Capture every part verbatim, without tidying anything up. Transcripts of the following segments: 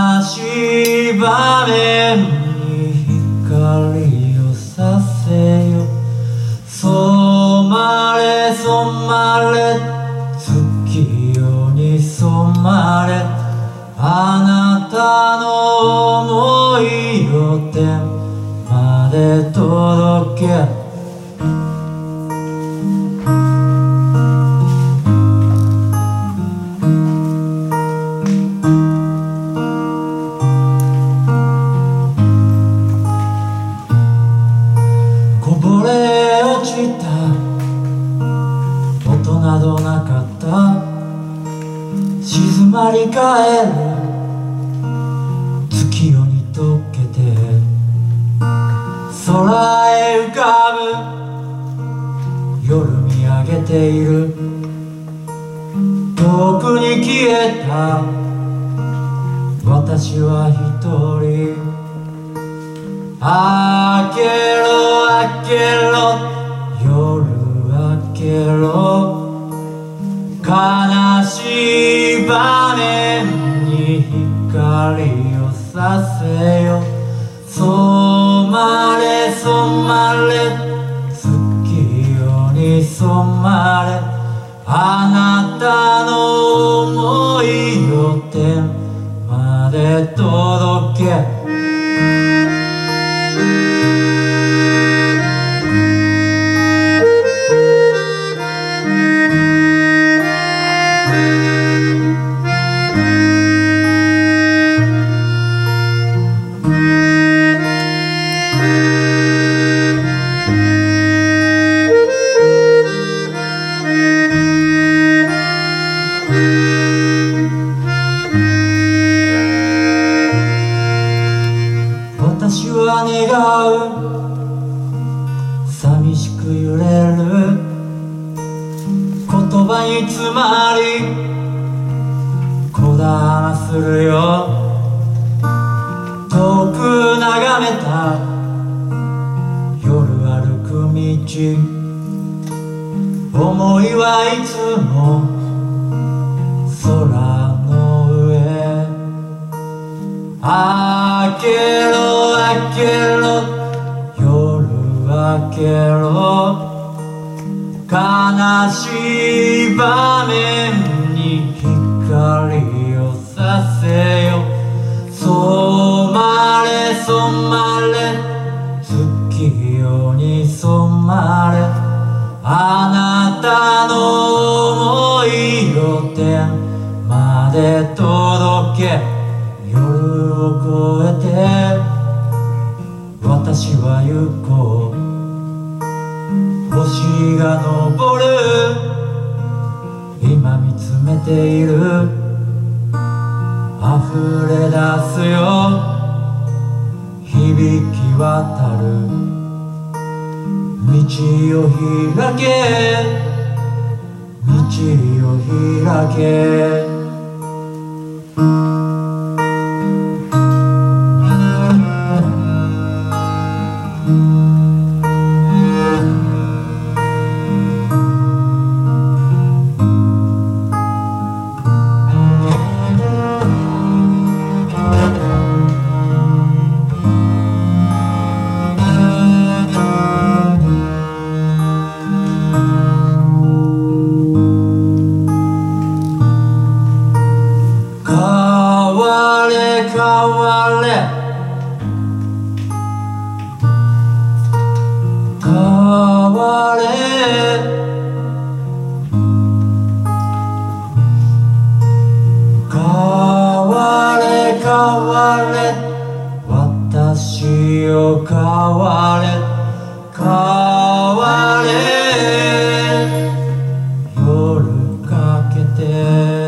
しい場面に光をさせよ。染まれ染まれ月夜に染まれ、あなたの想いを天まで届け。こぼれ落ちた音などなかった。静まり返る月夜に溶けて、空へ浮かぶ夜見上げている。遠くに消えた私は一人。開けろ開けろ夜明けろ、悲しい場面に光をさせよ。染まれ染まれ月夜に染まれ、あなたの想いを天まで届け。私は願う寂しく揺れる言葉に詰まりこだまするよ。遠く眺めた夜歩く道、思いはいつも空の上。開けろ開けろ夜明けろ、悲しい場面に光をさせよ。染まれ染まれ月夜に染まれ、あなたの想いを天まで届け。夜を越えて私は行こう。星が昇る今見つめている。溢れ出すよ響き渡る。道を開け道を開け。変われ変われ変われ変われ私を変われ変われ夜かけて。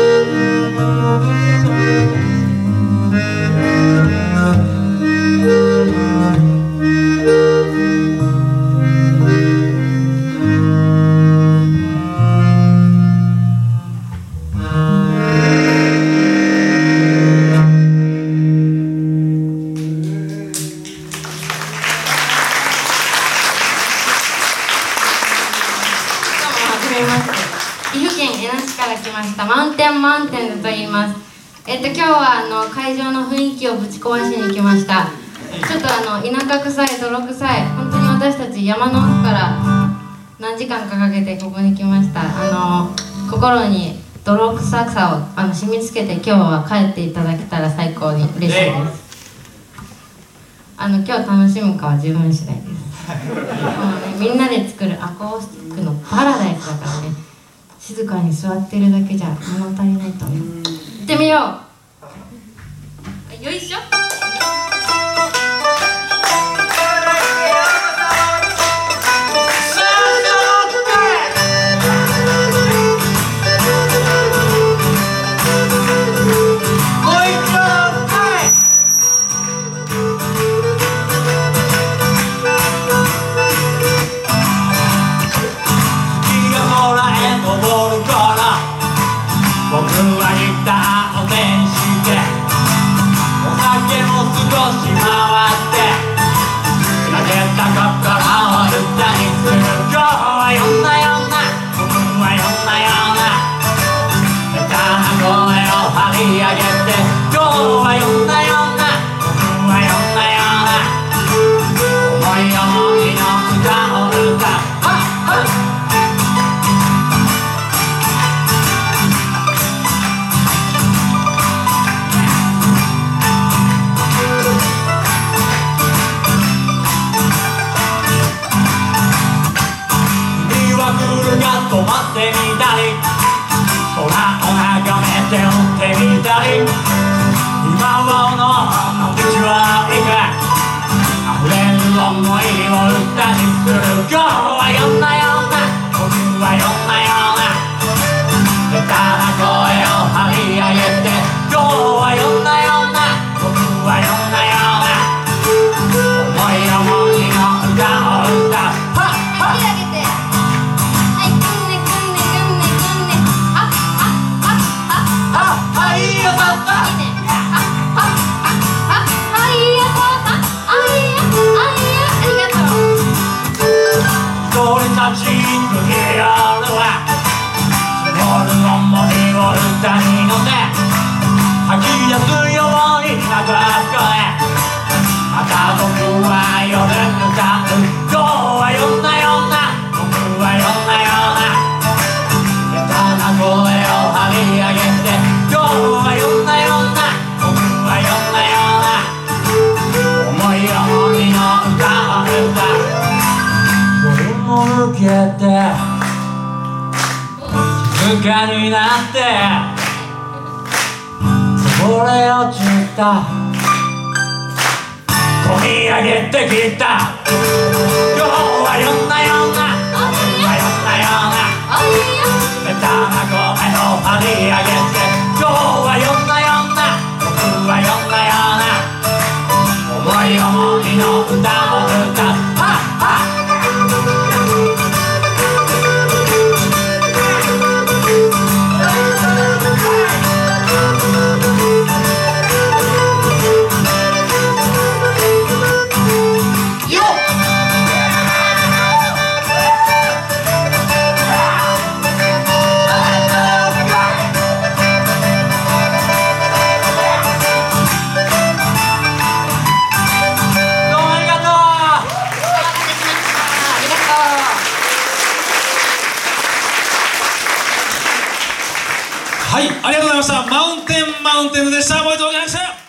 you マウンテンマウンテンズと言います。えっと今日はあの会場の雰囲気をぶち壊しに来ました。ちょっとあの田舎臭い泥臭い本当に私たち山の奥から何時間かかけてここに来ました。あの心に泥臭さをあの染みつけて今日は帰っていただけたら最高に嬉しいです。あの今日楽しむかは自分次第です。もうね、みんなで作るアコースティックのパラダイスだからね、静かに座ってるだけじゃ物足りないと思う。行ってみよう。よいしょ。 静かになってこぼれ落ちた込み上げてきた今日はよんなよんな今はよんなよんなベタな声を張り上げて今日はよんなよんな僕はよんなよんな思い思いの歌を歌うはい、ありがとうございました。マウンテンマウンテンでした。おめでとうございました。